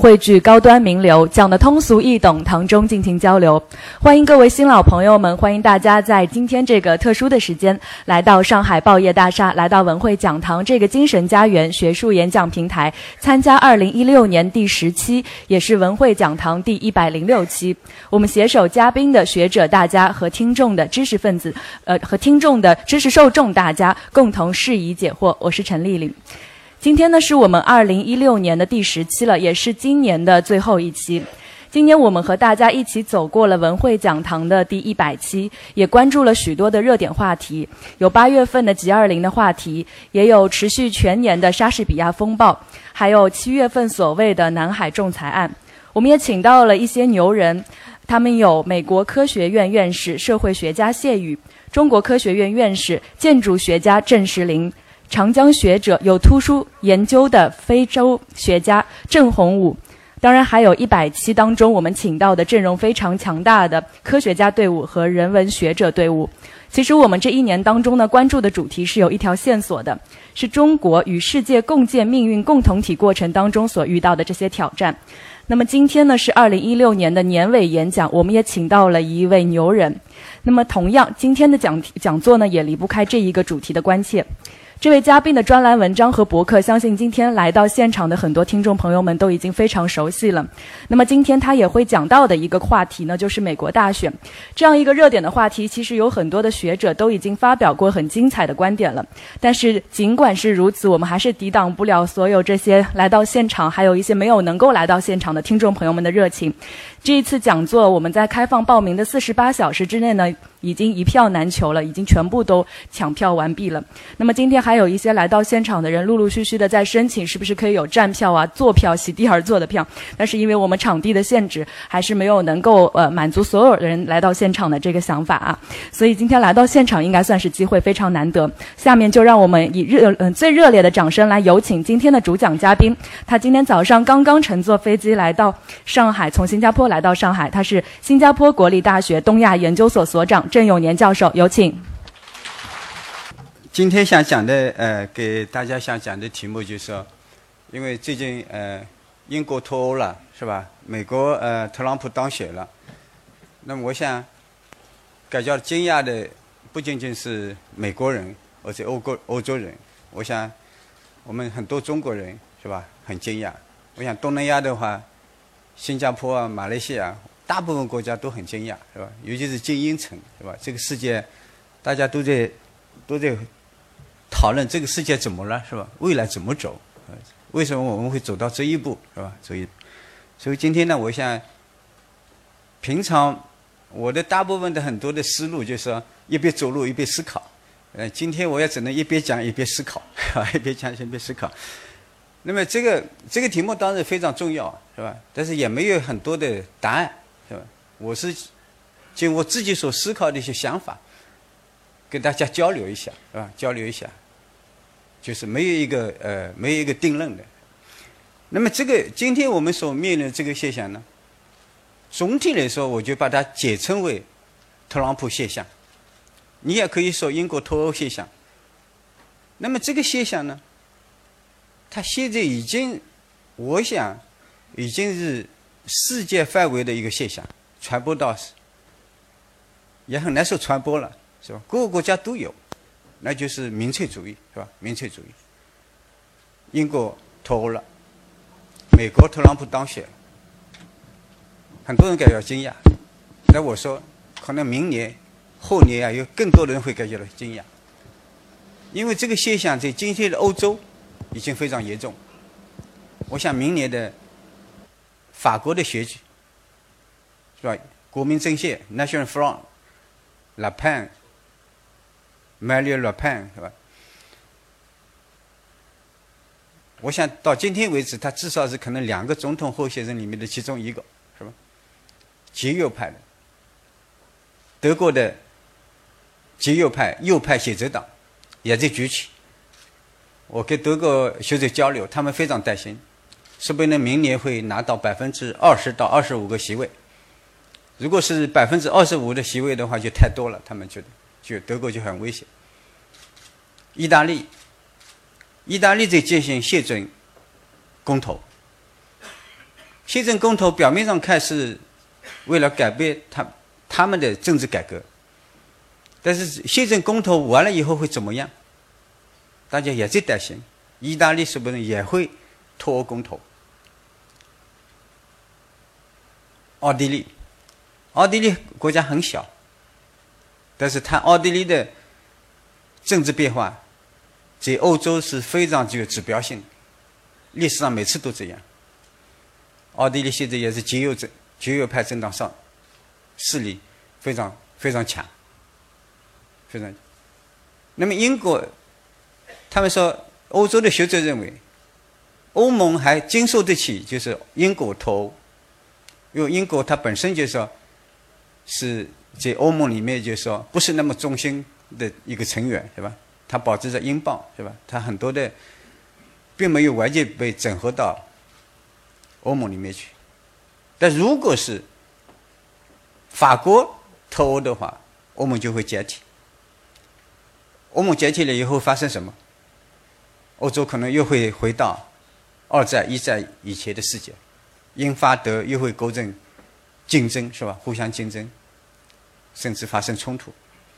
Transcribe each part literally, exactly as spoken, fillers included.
汇聚高端名流，讲得通俗易懂，堂中尽情交流。欢迎各位新老朋友们，欢迎大家在今天这个特殊的时间来到上海报业大厦，来到文汇讲堂这个精神家园学术演讲平台，参加二零一六年第十期，也是文汇讲堂第一百零六期。我们携手嘉宾的学者大家和听众的知识分子，呃，和听众的知识受众大家共同释疑解惑。我是陈丽丽。今天呢是我们二零一六年的第十期了，也是今年的最后一期。今年我们和大家一起走过了文汇讲堂的第一百期，也关注了许多的热点话题，有八月份的 G 二十 的话题，也有持续全年的莎士比亚风暴，还有七月份所谓的南海仲裁案。我们也请到了一些牛人，他们有美国科学院院士、社会学家谢宇，中国科学院院士、建筑学家郑石林，长江学者有突出研究的非洲学家郑洪武，当然还有一百期当中我们请到的阵容非常强大的科学家队伍和人文学者队伍。其实我们这一年当中呢，关注的主题是有一条线索的，是中国与世界共建命运共同体过程当中所遇到的这些挑战。那么今天呢是二零一六年的年尾演讲，我们也请到了一位牛人。那么同样今天的讲讲座呢也离不开这一个主题的关切。这位嘉宾的专栏文章和博客，相信今天来到现场的很多听众朋友们都已经非常熟悉了。那么今天他也会讲到的一个话题呢，就是美国大选。这样一个热点的话题，其实有很多的学者都已经发表过很精彩的观点了。但是尽管是如此，我们还是抵挡不了所有这些来到现场，还有一些没有能够来到现场的听众朋友们的热情。这一次讲座，我们在开放报名的四十八小时之内呢，已经一票难求了，已经全部都抢票完毕了。那么今天还有一些来到现场的人陆陆续续的在申请，是不是可以有站票啊、坐票、席地而坐的票？但是因为我们场地的限制，还是没有能够呃满足所有人来到现场的这个想法啊。所以今天来到现场应该算是机会非常难得。下面就让我们以热嗯、呃、最热烈的掌声来有请今天的主讲嘉宾。他今天早上刚刚乘坐飞机来到上海，从新加坡来到上海，他是新加坡国立大学东亚研究所所长郑永年教授，有请。 今天想讲的呃，给大家想讲的题目就是说，因为最近呃英国脱欧了，是吧？美国呃特朗普当选了，那么我想感觉惊讶的不仅仅是美国人，而且欧国欧洲人，我想我们很多中国人是吧很惊讶。我想东南亚的话，新加坡啊、马来西亚，大部分国家都很惊讶，是吧？尤其是精英层，是吧？这个世界大家都在都在讨论这个世界怎么了，是吧？未来怎么走？为什么我们会走到这一步，是吧？所以，所以今天呢，我想，平常我的大部分的很多的思路就是说，一边走路一边思考。呃，今天我也只能一边讲一边思考，一边讲一边思考。那么这个这个题目当然非常重要，是吧？但是也没有很多的答案，是吧？我是就我自己所思考的一些想法，跟大家交流一下，是吧？交流一下。就是没有一个呃没有一个定论的。那么这个今天我们所面临的这个现象呢，总体来说我就把它简称为特朗普现象，你也可以说英国脱欧现象。那么这个现象呢，它现在已经我想已经是世界范围的一个现象，传播到也很难说传播了，是吧？各个国家都有。那就是民粹主义，是吧？民粹主义。英国脱欧了，美国特朗普当选，很多人感觉惊讶。那我说，可能明年、后年啊，有更多人会感觉到惊讶，因为这个现象在今天的欧洲已经非常严重。我想明年的法国的选举，是吧？国民阵线 National Front、Le Pen。Marine Le Pen 是吧？我想到今天为止，他至少是可能两个总统候选人里面的其中一个，是吧？极右派的，德国的极右派右派写字党也在崛起。我跟德国学者交流，他们非常担心，说不定明年会拿到百分之二十到二十五个席位。如果是百分之二十五的席位的话，就太多了，他们觉得。就德国就很危险。意大利，意大利在进行宪政公投， 宪政公投表面上看是为了改变他他们的政治改革，但是宪政公投完了以后会怎么样？大家也在担心，意大利是不是也会脱欧公投？奥地利，奥地利国家很小，但是它奥地利的政治变化在欧洲是非常具有指标性的，历史上每次都这样。奥地利现在也是极右政极右派政党上势力非常非常强，非常。那么英国，他们说欧洲的学者认为，欧盟还经受得起就是英国脱欧，因为英国它本身就是说是在欧盟里面就是说不是那么中心的一个成员，是吧？它保持着英镑，是吧？它很多的并没有完全被整合到欧盟里面去。但如果是法国脱欧的话，欧盟就会解体。欧盟解体了以后发生什么？欧洲可能又会回到二战、一战以前的世界，英法德又会构成竞争，是吧？互相竞争，甚至发生冲突。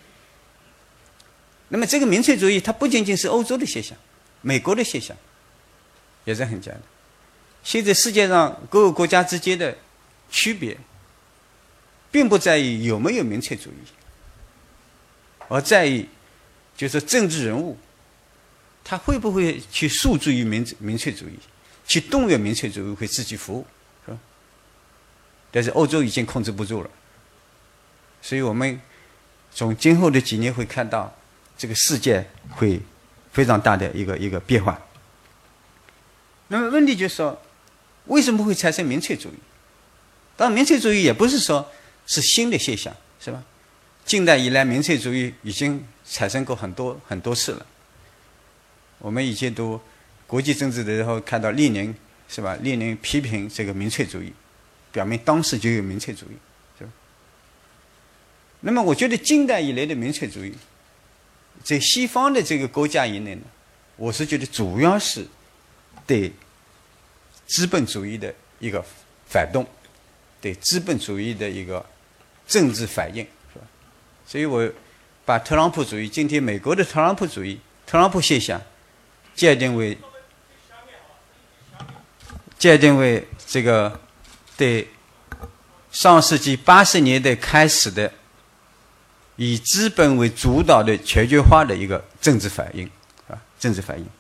那么这个民粹主义它不仅仅是欧洲的现象，美国的现象也是很强的。现在世界上各个国家之间的区别并不在于有没有民粹主义，而在于就是政治人物他会不会去诉诸于民民粹主义，去动员民粹主义为自己服务，是吧？但是欧洲已经控制不住了，所以我们从今后的几年会看到这个世界会非常大的一个一个变化。那么问题就是说，为什么会产生民粹主义？当然民粹主义也不是说是新的现象，是吧？近代以来民粹主义已经产生过很多很多次了。我们以前读国际政治的时候看到列宁，是吧？列宁批评这个民粹主义，表明当时就有民粹主义，是吧？那么我觉得近代以来的民粹主义在西方的这个国家以内呢，我是觉得主要是对资本主义的一个反动，对资本主义的一个政治反应，是吧？所以我把特朗普主义，今天美国的特朗普主义、特朗普现象界定为界定为这个对上世纪八十年代开始的以资本为主导的全球化的一个政治反应啊，政治反应。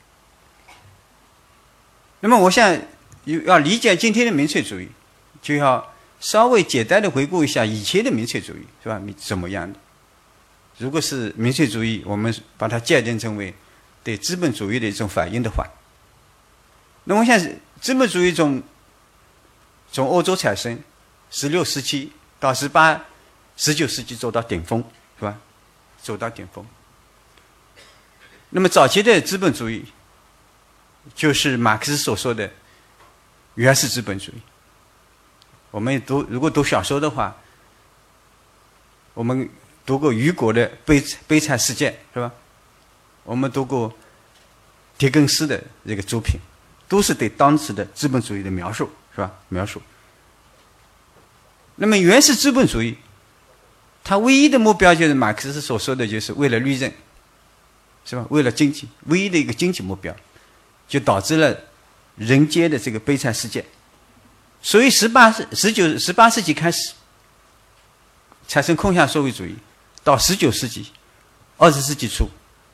那么我想要理解今天的民粹主义，就要稍微简单的回顾一下以前的民粹主义，是吧？怎么样的？如果是民粹主义，我们把它界定成为对资本主义的一种反应的话，那我想资本主义从从欧洲产生，十六世纪到十八、十九世纪走到顶峰，是吧？走到顶峰。那么早期的资本主义，就是马克思所说的原始资本主义。我们读如果读小说的话，我们读过雨果的悲悲惨世界，是吧？我们读过狄更斯的这个作品，都是对当时的资本主义的描述，是吧？描述。那么原始资本主义，它唯一的目标就是马克思所说的，就是为了利润，是吧？为了经济，唯一的一个经济目标，就导致了人间的这个悲惨世界。所以十八世、十九、十八世纪开始产生空想社会主义，到十九世纪、二十世纪初，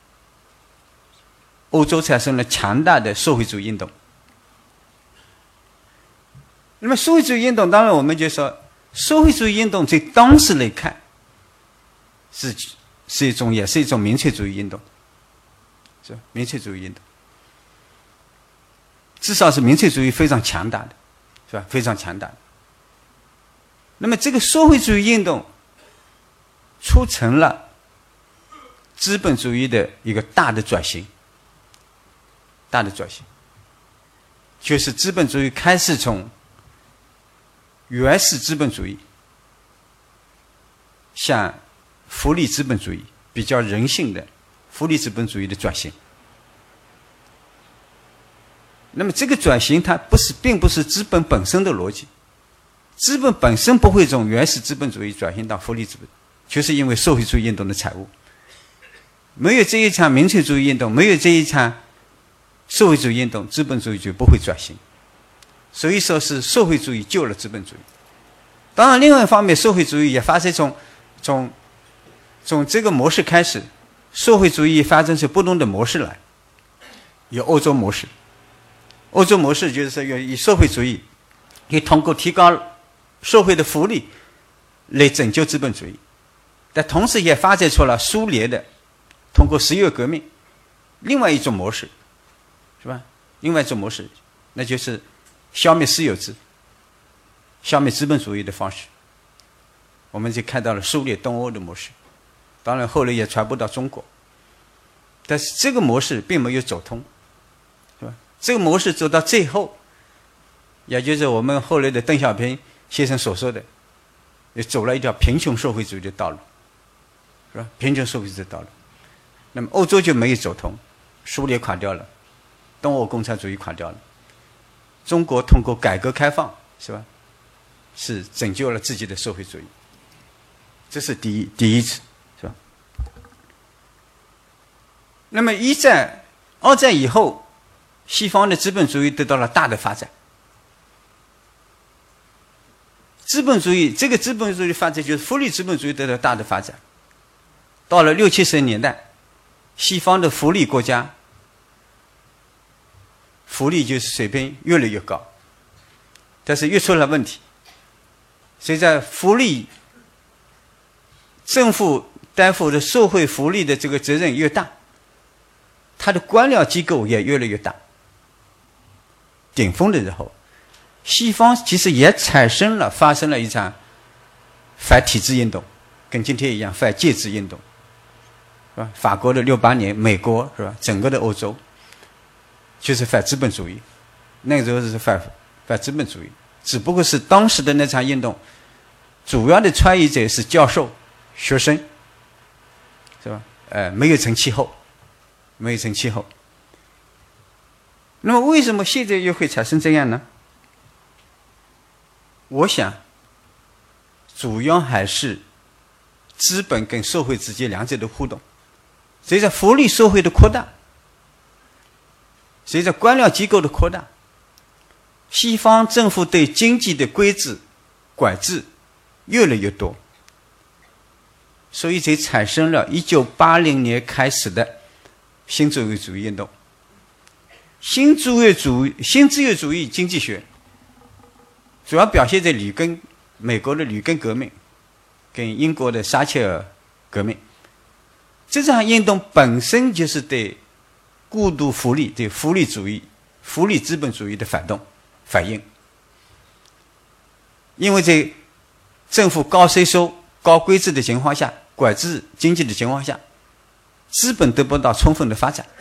欧洲产生了强大的社会主义运动。那么社会主义运动，当然我们就说，社会主义运动在当时来看，是是一种也是一种民粹主义运动，是吧？民粹主义运动，至少是民粹主义非常强大的，是吧？非常强大的。那么这个社会主义运动促成了资本主义的一个大的转型，大的转型，就是资本主义开始从原始资本主义向福利资本主义，比较人性的福利资本主义的转型。 那么这个转型它不是并不是资本本身的逻辑，资本本身不会从原始资本主义转型到福利资本，就是因为社会主义运动的产物。没有这一场民粹主义运动，没有这一场社会主义运动，资本主义就不会转型。所以说是社会主义救了资本主义。当然另外一方面，社会主义也发生从从从这个模式开始，社会主义发展出不同的模式来。有欧洲模式，欧洲模式就是说以社会主义可以通过提高社会的福利来拯救资本主义，但同时也发展出了苏联的通过石油革命另外一种模式，是吧？另外一种模式，那就是消灭私有制，消灭资本主义的方式。我们就看到了苏联东欧的模式，当然后来也传播到中国，但是这个模式并没有走通，是吧？这个模式走到最后，也就是我们后来的邓小平先生所说的，也走了一条贫穷社会主义的道路，是吧？贫穷社会主义的道路。那么欧洲就没有走通，苏联垮掉了，东欧共产主义垮掉了，中国通过改革开放，是吧？是拯救了自己的社会主义，这是第一第一次，是吧？那么一战、二战以后，西方的资本主义得到了大的发展。资本主义这个资本主义发展就是福利资本主义得到大的发展。到了六七十年代，西方的福利国家，福利就是水平越来越高，但是越出了问题。随着福利政府担负的社会福利的这个责任越大，它的官僚机构也越来越大。顶峰的时候，西方其实也产生了发生了一场反体制运动，跟今天一样反介质运动，是吧？法国的六八年，美国是吧？整个的欧洲就是反资本主义，那个时候是反反资本主义，只不过是当时的那场运动主要的参与者是教授、学生，是吧？呃，没有成气候，没有成气候。那么为什么现在又会产生这样呢？我想主要还是资本跟社会之间两者的互动。随着福利社会的扩大，随着官僚机构的扩大，西方政府对经济的规制管制越来越多，所以才产生了一九八零年开始的新自由主义运动。新自由主义新自由主义经济学主要表现在里根美国的里根革命跟英国的撒切尔革命。这场运动本身就是对过度福利、对福利主义、福利资本主义的反动反应。因为在政府高税收、高规制的情况下，管制经济的情况下，资本得不到充分的发展，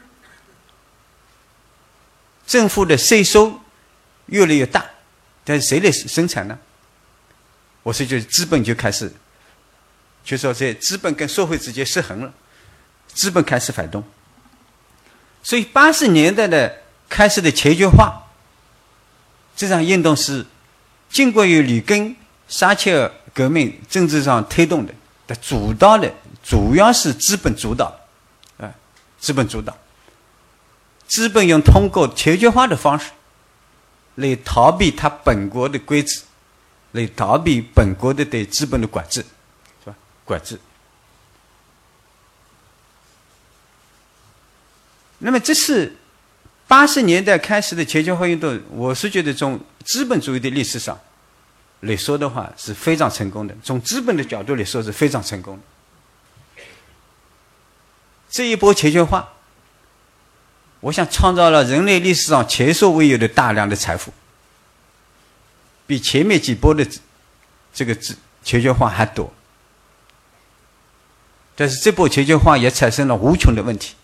政府的税收越来越大，但是谁来生产呢？我是觉得资本就开始，就说在资本跟社会之间失衡了，资本开始反动。所以八十年代的开始的钱权化这场运动是经过于里根、撒切尔革命政治上推动的，但主导的主要是资本主导，啊，资本主导，资本用通过钱权化的方式来逃避它本国的规制，来逃避本国的对资本的管制，是吧？管制。那么这是八十年代开始的钱权化运动，我是觉得从资本主义的历史上来说的话是非常成功的，从资本的角度来说是非常成功的。这一波钱权化，我想创造了人类历史上前所未有的大量的财富，比前面几波的这个钱权化还多。但是这波钱权化也产生了无穷的问题。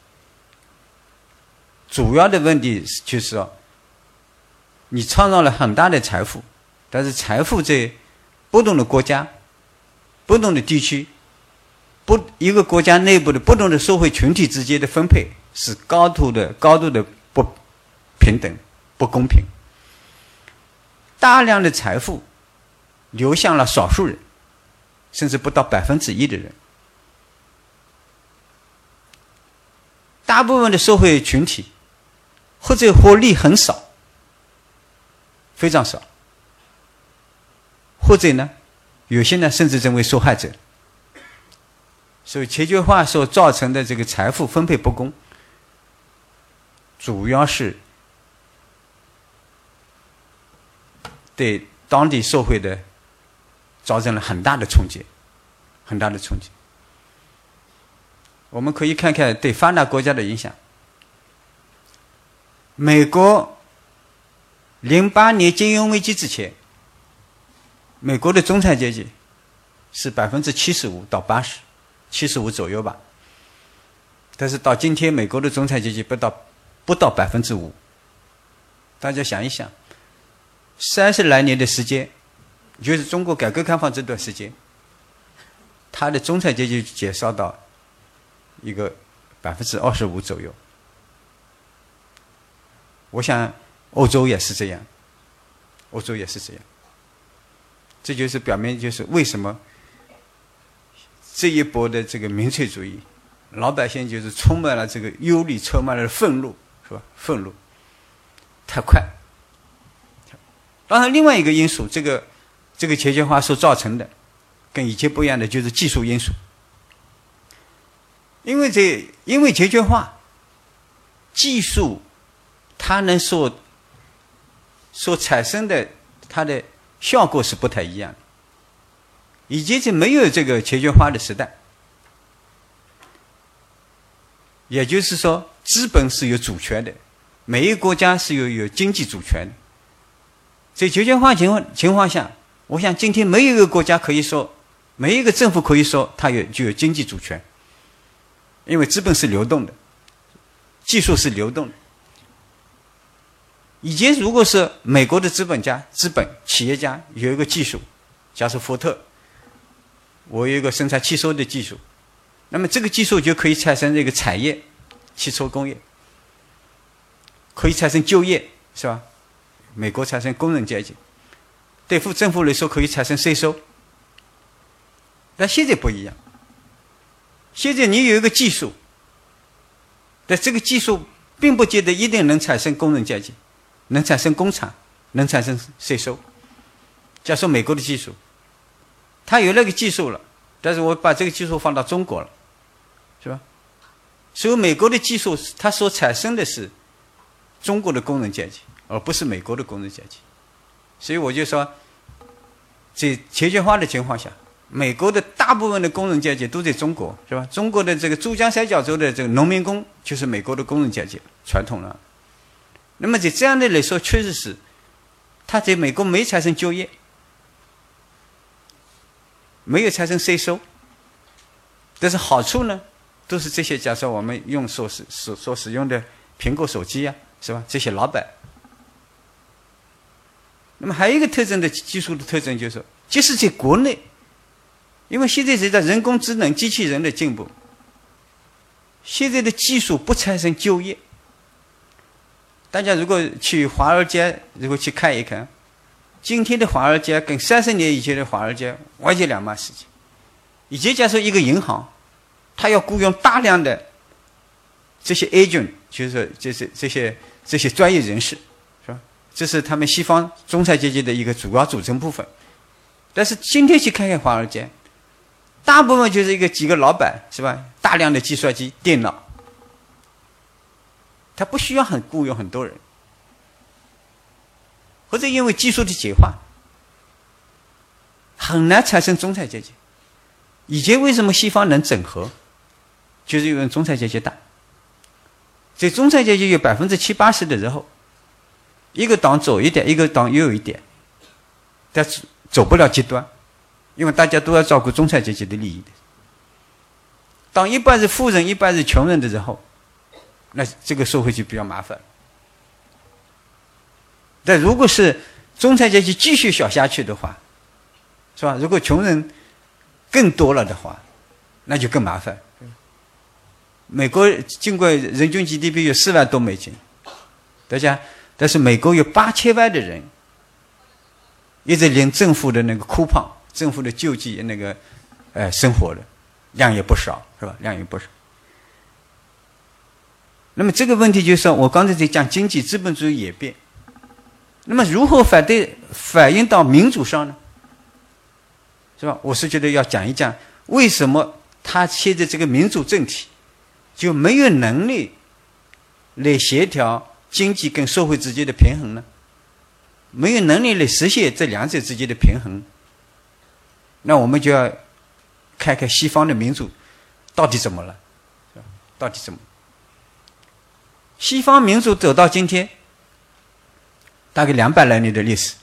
主要的问题就是说，你创造了很大的财富，但是财富在不同的国家、不同的地区、不一个国家内部的不同的社会群体之间的分配是高度的、高度的不平等、不公平。大量的财富流向了少数人，甚至不到百分之一的人。大部分的社会群体或者获利很少，非常少，或者呢，有些呢甚至成为受害者。所以全球化所造成的这个财富分配不公，主要是对当地社会的造成了很大的冲击，很大的冲击。我们可以看看对发达国家的影响。美国零八年金融危机之前，美国的中产阶级是百分之七十五到八十，七十五左右吧。但是到今天，美国的中产阶级不到不到百分之五。大家想一想，三十来年的时间，就是中国改革开放这段时间，他的中产阶级减少到一个百分之二十五左右。我想欧洲也是这样，欧洲也是这样。这就是表明，就是为什么这一波的这个民粹主义，老百姓就是充满了这个忧虑，充满了愤怒，是吧？愤怒太快。当然，另外一个因素，这个这个全球化所造成的，跟以前不一样的就是技术因素。因为这因为全球化，技术它能所所产生的它的效果是不太一样的。以前是没有这个全球化的时代，也就是说，资本是有主权的，每一个国家是有有经济主权的。在全球化情况情况下，我想今天没有一个国家可以说，没有一个政府可以说它有具有经济主权，因为资本是流动的，技术是流动的。以前如果是美国的资本家、资本企业家有一个技术，假设福特，我有一个生产汽车的技术，那么这个技术就可以产生这个产业，汽车工业，可以产生就业，是吧？美国产生工人阶级，对付政府来说可以产生税收。但现在不一样，现在你有一个技术，但这个技术并不见得一定能产生工人阶级，能产生工厂，能产生税收。假说美国的技术，他有那个技术了，但是我把这个技术放到中国了，是吧？所以美国的技术它所产生的是中国的工人阶级，而不是美国的工人阶级。所以我就说，在全球化的情况下，美国的大部分的工人阶级都在中国，是吧？中国的这个珠江三角洲的这个农民工就是美国的工人阶级传统了。那么在这样的来说，确实是他在美国没产生就业，没有产生税收，但是好处呢，都是这些。假设我们用所使所所使用的苹果手机啊，是吧？这些老板。那么还有一个特征的技术的特征就是说，即使在国内，因为现在随着人工智能、机器人的进步，现在的技术不产生就业。大家如果去华尔街，如果去看一看，今天的华尔街跟三十年以前的华尔街完全两码事情。以前假设一个银行，它要雇佣大量的这些 agent， 就是说这些这些这些专业人士，是吧？这是他们西方中产阶级的一个主要组成部分。但是今天去看看华尔街，大部分就是一个几个老板，是吧？大量的计算机、电脑，他不需要很雇佣很多人，或者因为技术的简化，很难产生中产阶级。以前为什么西方能整合，就是因为中产阶级大。在中产阶级有百分之七八十的人后，一个党左一点，一个党右一点，但是走不了极端，因为大家都要照顾中产阶级的利益的。当一半是富人，一半是穷人的时候，那这个社会就比较麻烦。但如果是中产阶级继续小下去的话，是吧？如果穷人更多了的话，那就更麻烦。美国尽管人均 G D P 有四万多美金，大家但是美国有八千万的人一直领政府的那个库胖，政府的救济那个呃生活的量也不少，是吧？量也不少。那么这个问题就是说，我刚才在讲经济资本主义演变，那么如何反对反映到民主上呢？是吧？我是觉得要讲一讲为什么他现在这个民主政体就没有能力来协调经济跟社会之间的平衡呢？没有能力来实现这两者之间的平衡，那我们就要看看西方的民主到底怎么了，是吧？到底怎么？西方民主走到今天，大概两百来年的历史，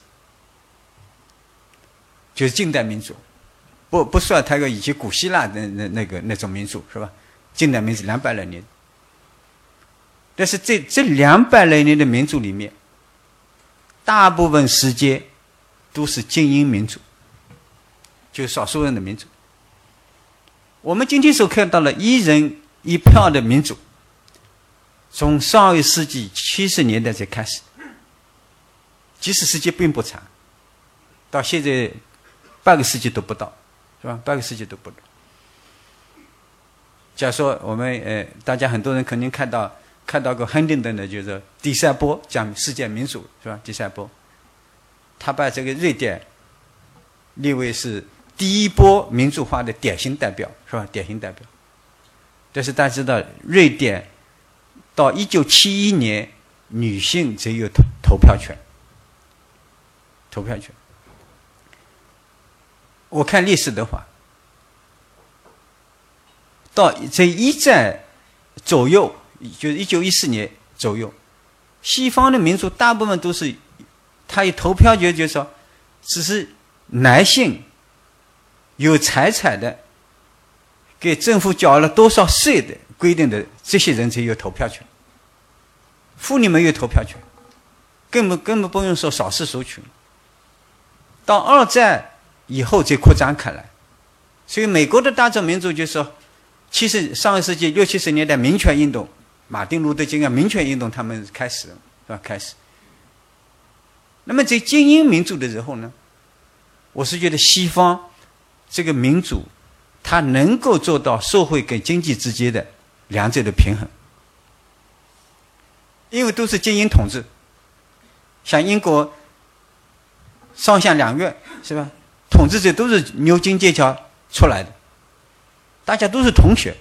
就是近代民主，不不算它个以前古希腊的那那个那种民主，是吧？近代民主两百来年，但是这这两百来年的民主里面，大部分时间都是精英民主，就是少数人的民主。我们今天所看到的一人一票的民主，从上个世纪七十年代才开始，即使时间并不长，到现在半个世纪都不到，是吧？半个世纪都不到。假如说我们呃，大家很多人肯定看到看到过亨廷顿的，就是第三波讲世界民主，是吧？第三波，他把这个瑞典列为是第一波民主化的典型代表，是吧？典型代表。但是大家知道，瑞典到一九七一年，女性只有投投票权。投票权。我看历史的话，到这一战左右，就是一九一四年左右，西方的民主大部分都是，他一投票权就是说，只是男性有财产的，给政府缴了多少税的规定的这些人才有投票权，妇女没有投票权，根本根本不用说少数族群。到二战以后才扩张开来，所以美国的大众民主就是说，其实上个世纪六七十年代民权运动，马丁路德金啊民权运动他们开始了，是吧？开始。那么在精英民主的时候呢，我是觉得西方这个民主，它能够做到社会跟经济之间的两者的平衡，因为都是精英统治，像英国上下两院，是吧？统治者都是牛津剑桥出来的，大家都是同学，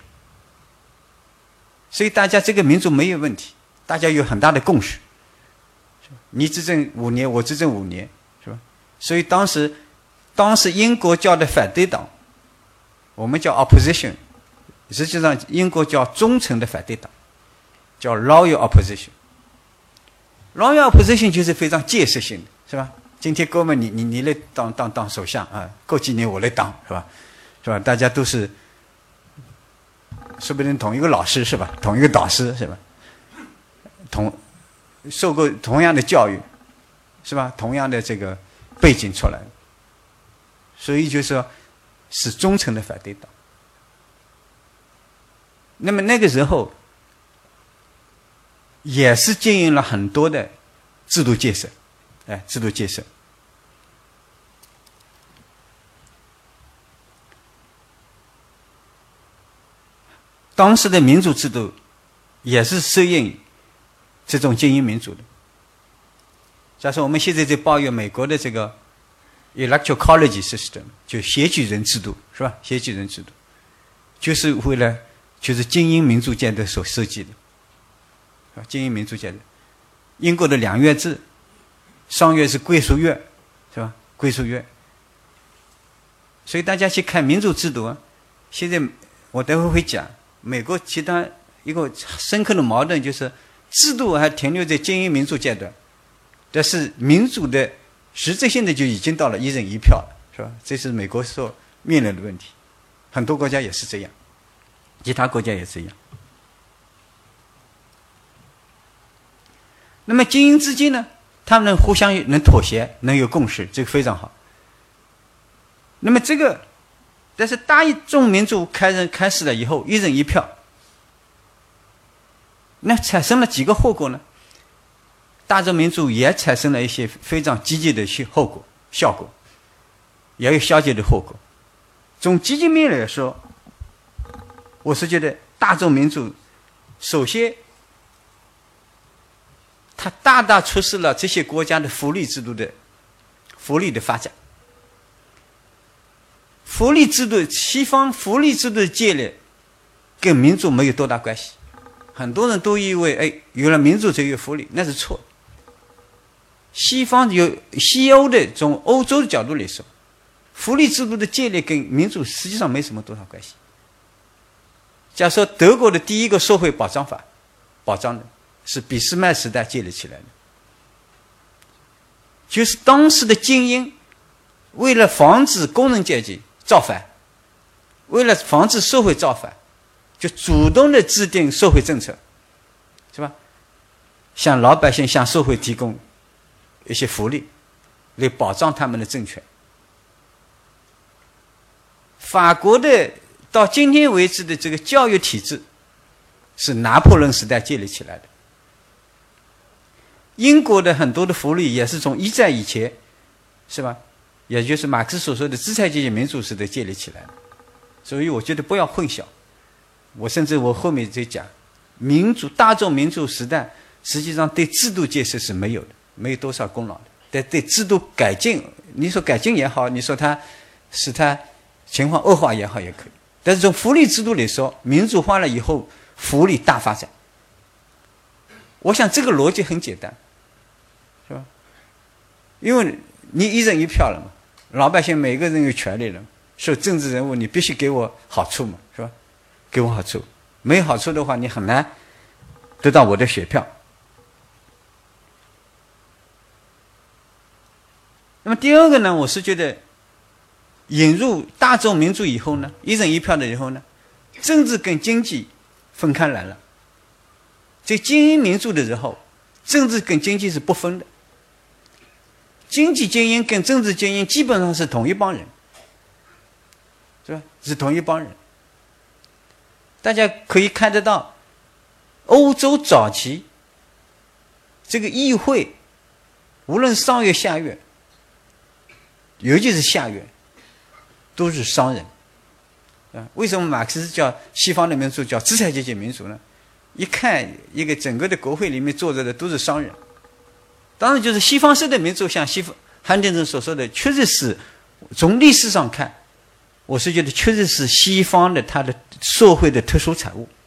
所以大家这个民主没有问题，大家有很大的共识。你执政五年，我执政五年，是吧？所以当时，当时英国叫的反对党，我们叫 opposition， 实际上英国叫忠诚的反对党，叫 loyal opposition。loyal opposition 就是非常建设性的，是吧？今天哥们你你你来当当当首相啊，过几年我来当，是吧？是吧？大家都是，说不定同一个老师，是吧？同一个导师，是吧？同受过同样的教育，是吧？同样的这个背景出来，所以就是说是忠诚的反对党。那么那个时候也是经营了很多的制度建设，哎，制度建设。当时的民主制度也是适应这种精英民主的。假如说我们现在在抱怨美国的这个 electoral college system， 就选举人制度，是吧？选举人制度就是为了就是精英民主阶层所设计的，是吧？精英民主阶层。英国的两院制，上院是归属院，是吧？归属院。所以大家去看民主制度啊，现在我待会会讲。美国其他一个深刻的矛盾就是制度还停留在精英民主阶段，但是民主的实质性的就已经到了一人一票了，是吧？这是美国所面临的问题，很多国家也是这样，其他国家也是一样。那么精英之间呢，他们能互相能妥协，能有共识，这个非常好。那么这个但是大众民主开始开始了以后，一人一票，那产生了几个后果呢？ 大众民主也产生了一些非常积极的后果效果，也有消极的后果。从积极面来说，我是觉得大众民主首先它大大促使了这些国家的福利制度的福利的发展。福利制度，西方福利制度的建立跟民主没有多大关系。很多人都以为，哎，有了民主就有福利，那是错的。西方有西欧的，从欧洲的角度来说，福利制度的建立跟民主实际上没什么多少关系。假如说德国的第一个社会保障法，保障的是俾斯麦时代建立起来的，就是当时的精英为了防止工人阶级造反，为了防止社会造反，就主动的制定社会政策，是吧？向老百姓、向社会提供一些福利，来保障他们的政权。法国的到今天为止的这个教育体制是拿破仑时代建立起来的。英国的很多的福利也是从一战以前，是吧？也就是马克思所说的资产阶级民主时代建立起来的。所以我觉得不要混淆。我甚至我后面再讲，民主大众民主时代实际上对制度建设是没有的，没有多少功劳的。但对制度改进，你说改进也好，你说它使它情况恶化也好，也可以。但是从福利制度来说，民主化了以后，福利大发展。我想这个逻辑很简单，是吧？因为你一人一票了嘛，老百姓每个人有权利了，受政治人物你必须给我好处嘛，是吧？给我好处，没有好处的话，你很难得到我的选票。那么第二个呢，我是觉得引入大众民主以后呢，一人一票的以后呢，政治跟经济分开来了。这精英民主的时候，政治跟经济是不分的，经济精英跟政治精英基本上是同一帮人，是吧？是同一帮人。大家可以看得到，欧洲早期这个议会，无论上院下院，尤其是下院，都是商人。啊，为什么马克思叫西方的民主叫资产阶级民主呢？一看一个整个的国会里面坐着的都是商人。当然就是西方式的民主，像西方汉廷顿所说的，确实是从历史上看，我是觉得确实是西方的它的社会的特殊产物。